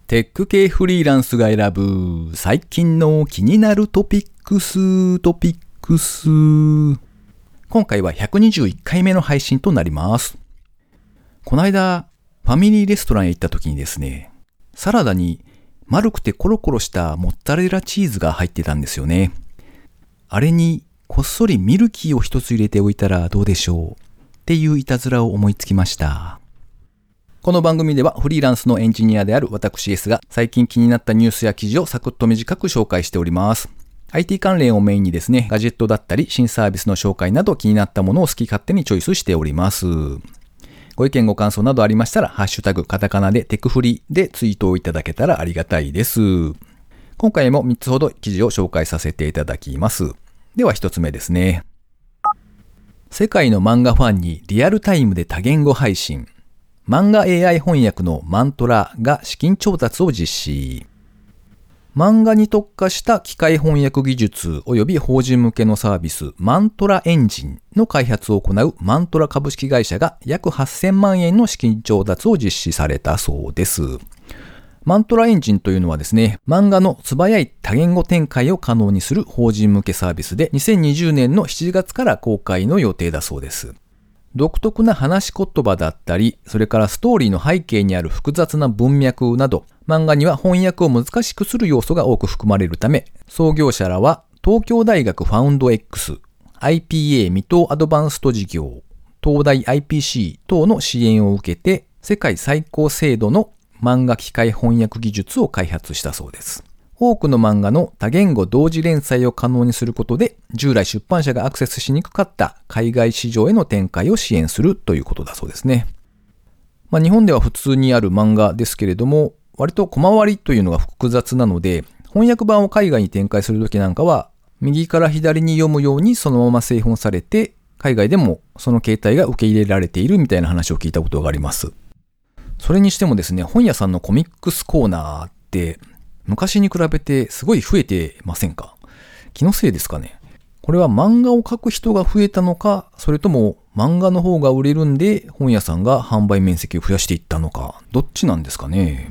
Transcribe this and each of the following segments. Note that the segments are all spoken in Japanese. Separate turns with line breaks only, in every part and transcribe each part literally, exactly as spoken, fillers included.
テック系フリーランスが選ぶ最近の気になるトピックストピックス。今回はひゃくにじゅういっかいめの配信となります。この間ファミリーレストランへ行った時にですね、サラダに丸くてコロコロしたモッツァレラチーズが入ってたんですよね。あれにこっそりミルキーを一つ入れておいたらどうでしょうっていういたずらを思いつきました。この番組ではフリーランスのエンジニアである私 S が最近気になったニュースや記事をサクッと短く紹介しております。アイティー 関連をメインにですね、ガジェットだったり新サービスの紹介など気になったものを好き勝手にチョイスしております。ご意見ご感想などありましたら、ハッシュタグカタカナでテクフリでツイートをいただけたらありがたいです。今回もみっつほど記事を紹介させていただきます。ではひとつめですね。世界の漫画ファンにリアルタイムで多言語配信。漫画 エーアイ 翻訳のマントラが資金調達を実施。漫画に特化した機械翻訳技術及び法人向けのサービスマントラエンジンの開発を行うマントラ株式会社が約はっせんまんえんの資金調達を実施されたそうです。マントラエンジンというのはですね、漫画の素早い多言語展開を可能にする法人向けサービスでにせんにじゅうねんのしちがつから公開の予定だそうです。独特な話し言葉だったり、それからストーリーの背景にある複雑な文脈など、漫画には翻訳を難しくする要素が多く含まれるため、創業者らは東京大学ファウンド X、アイピーエー 水戸アドバンスト事業、東大 アイピーシー 等の支援を受けて、世界最高精度の漫画機械翻訳技術を開発したそうです。多くの漫画の多言語同時連載を可能にすることで、従来出版社がアクセスしにくかった海外市場への展開を支援するということだそうですね。まあ、日本では普通にある漫画ですけれども、割と小回りというのが複雑なので、翻訳版を海外に展開するときなんかは、右から左に読むようにそのまま製本されて、海外でもその形態が受け入れられているみたいな話を聞いたことがあります。それにしてもですね、本屋さんのコミックスコーナーって、昔に比べてすごい増えてませんか？気のせいですかね。これは漫画を描く人が増えたのか、それとも漫画の方が売れるんで本屋さんが販売面積を増やしていったのか、どっちなんですかね。うん。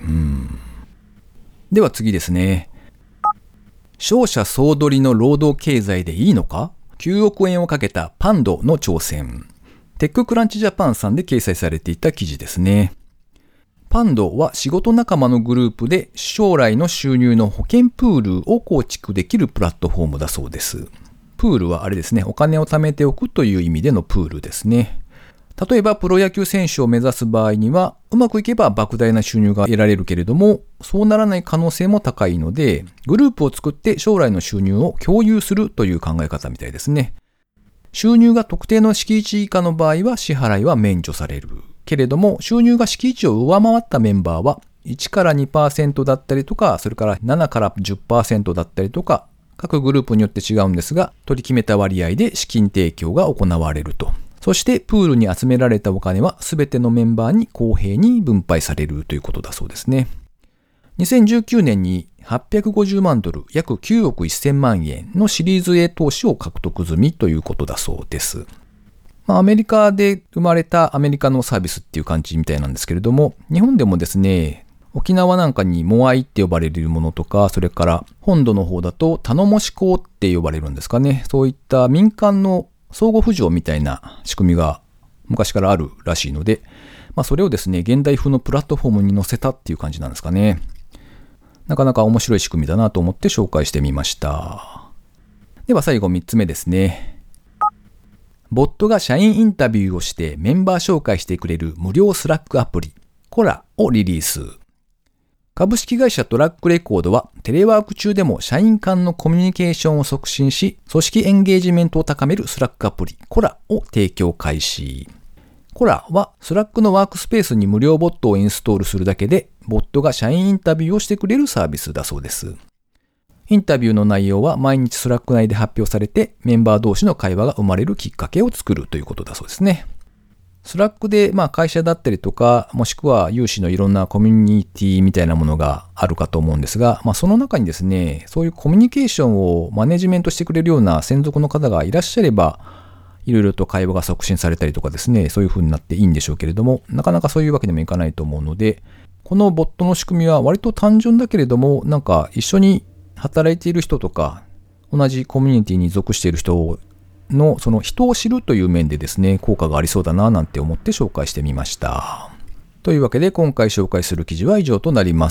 では次ですね。商社総取りの労働経済でいいのか？きゅうおくえんをかけたパンドの挑戦。テッククランチジャパンさんで掲載されていた記事ですね。パンドは仕事仲間のグループで将来の収入の保険プールを構築できるプラットフォームだそうです。プールはあれですね、お金を貯めておくという意味でのプールですね。例えばプロ野球選手を目指す場合には、うまくいけば莫大な収入が得られるけれども、そうならない可能性も高いので、グループを作って将来の収入を共有するという考え方みたいですね。収入が特定の敷地以下の場合は支払いは免除される。けれども、収入が敷地を上回ったメンバーはいちからにパーセント だったりとか、それからななから じゅっパーセント だったりとか、各グループによって違うんですが、取り決めた割合で資金提供が行われると。そしてプールに集められたお金は全てのメンバーに公平に分配されるということだそうですね。にせんじゅうきゅうねんにはっぴゃくごじゅうまんドル、約きゅうおくせんまんえんのシリーズ A 投資を獲得済みということだそうです。まあ、アメリカで生まれたアメリカのサービスっていう感じみたいなんですけれども、日本でもですね、沖縄なんかにモアイって呼ばれるものとか、それから本土の方だと頼もし港って呼ばれるんですかね。そういった民間の相互扶助みたいな仕組みが昔からあるらしいので、まあ、それをですね、現代風のプラットフォームに載せたっていう感じなんですかね。なかなか面白い仕組みだなと思って紹介してみました。では最後みっつめですね。ボットが社員インタビューをしてメンバー紹介してくれる無料スラックアプリコラをリリース。株式会社トラックレコードはテレワーク中でも社員間のコミュニケーションを促進し、組織エンゲージメントを高めるスラックアプリコラを提供開始。コラはスラックのワークスペースに無料ボットをインストールするだけで、ボットが社員インタビューをしてくれるサービスだそうです。インタビューの内容は毎日スラック内で発表されて、メンバー同士の会話が生まれるきっかけを作るということだそうですね。スラックでまあ会社だったりとか、もしくは有志のいろんなコミュニティみたいなものがあるかと思うんですが、まあ、その中にですね、そういうコミュニケーションをマネジメントしてくれるような専属の方がいらっしゃれば、いろいろと会話が促進されたりとかですね、そういう風になっていいんでしょうけれども、なかなかそういうわけにもいかないと思うので、 このボットの仕組みは割と単純だけれども、なんか一緒に働いている人とか、同じコミュニティに属している人のその人を知るという面でですね、効果がありそうだななんて思って紹介してみました。というわけで今回紹介する記事は以上となります。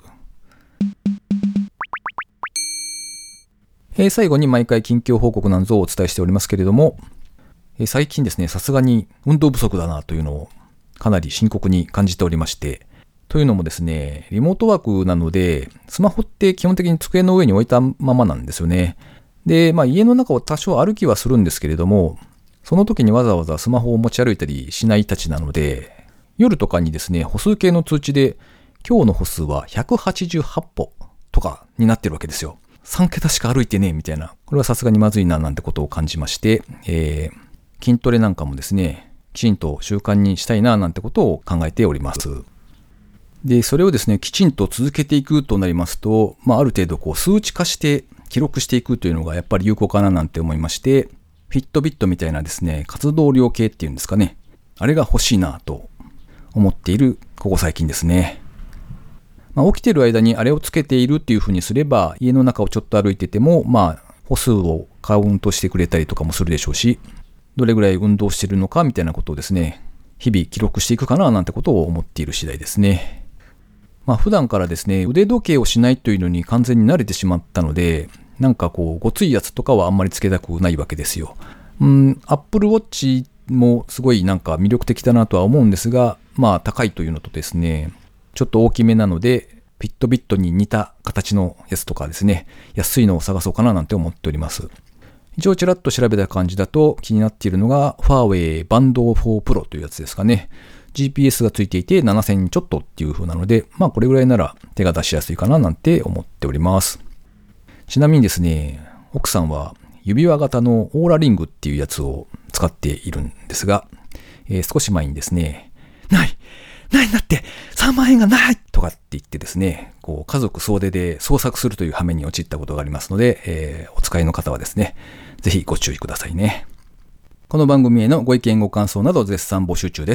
えー、最後に毎回近況報告なんぞをお伝えしておりますけれども、えー、最近ですね、さすがに運動不足だなというのをかなり深刻に感じておりまして、というのもですね、リモートワークなので、スマホって基本的に机の上に置いたままなんですよね。で、まあ家の中を多少歩きはするんですけれども、その時にわざわざスマホを持ち歩いたりしないたちなので、夜とかにですね、歩数計の通知で、今日の歩数はひゃくはちじゅうはち歩とかになってるわけですよ。さん桁しか歩いてねえみたいな。これはさすがにまずいななんてことを感じまして、えー、筋トレなんかもですね、きちんと習慣にしたいななんてことを考えております。で、それをですね、きちんと続けていくとなりますと、まあ、ある程度こう数値化して記録していくというのがやっぱり有効かななんて思いまして、フィットビットみたいなですね、活動量計っていうんですかね。あれが欲しいなと思っているここ最近ですね。まあ、起きてる間にあれをつけているっていう風にすれば、家の中をちょっと歩いてても、まあ、歩数をカウントしてくれたりとかもするでしょうし、どれぐらい運動してるのかみたいなことをですね、日々記録していくかななんてことを思っている次第ですね。まあ普段からですね、腕時計をしないというのに完全に慣れてしまったので、なんかこう、ごついやつとかはあんまりつけたくないわけですよ。うん、Apple Watch もすごいなんか魅力的だなとは思うんですが、まあ高いというのとですね、ちょっと大きめなので、フィットビットに似た形のやつとかですね、安いのを探そうかななんて思っております。一応ちらっと調べた感じだと気になっているのが、ファーウェイバンドフォープロというやつですかね。ジーピーエス がついていてななせんちょっとっていう風なので、まあこれぐらいなら手が出しやすいかななんて思っております。ちなみにですね、奥さんは指輪型のオーラリングっていうやつを使っているんですが、えー、少し前にですね、ないないんだってさんまんえんがないとかって言ってですね、こう家族総出で捜索するという羽目に陥ったことがありますので、えー、お使いの方はですね、ぜひご注意くださいね。この番組へのご意見ご感想など絶賛募集中です。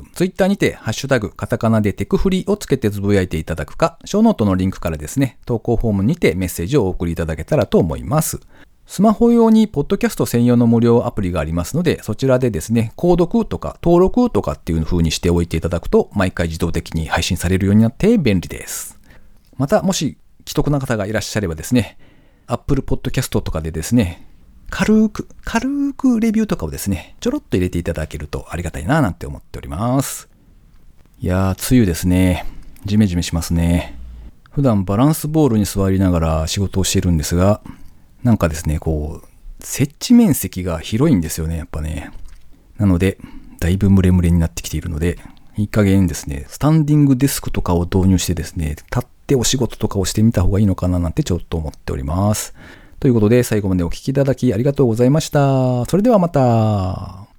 ツイッターにてハッシュタグカタカナでテクフリをつけてつぶやいていただくか、ショーノートのリンクからですね、投稿フォームにてメッセージをお送りいただけたらと思います。スマホ用にポッドキャスト専用の無料アプリがありますので、そちらでですね、購読とか登録とかっていう風にしておいていただくと、毎回自動的に配信されるようになって便利です。また、もし既得な方がいらっしゃればですね、Apple Podcast とかでですね、軽く、軽くレビューとかをですね、ちょろっと入れていただけるとありがたいななんて思っております。いやー、梅雨ですね。ジメジメしますね。普段バランスボールに座りながら仕事をしているんですが、なんかですね、こう、設置面積が広いんですよね、やっぱね。なので、だいぶムレムレになってきているので、いい加減ですね、スタンディングデスクとかを導入してですね、立ってお仕事とかをしてみた方がいいのかななんてちょっと思っております。ということで、最後までお聞きいただきありがとうございました。それではまた。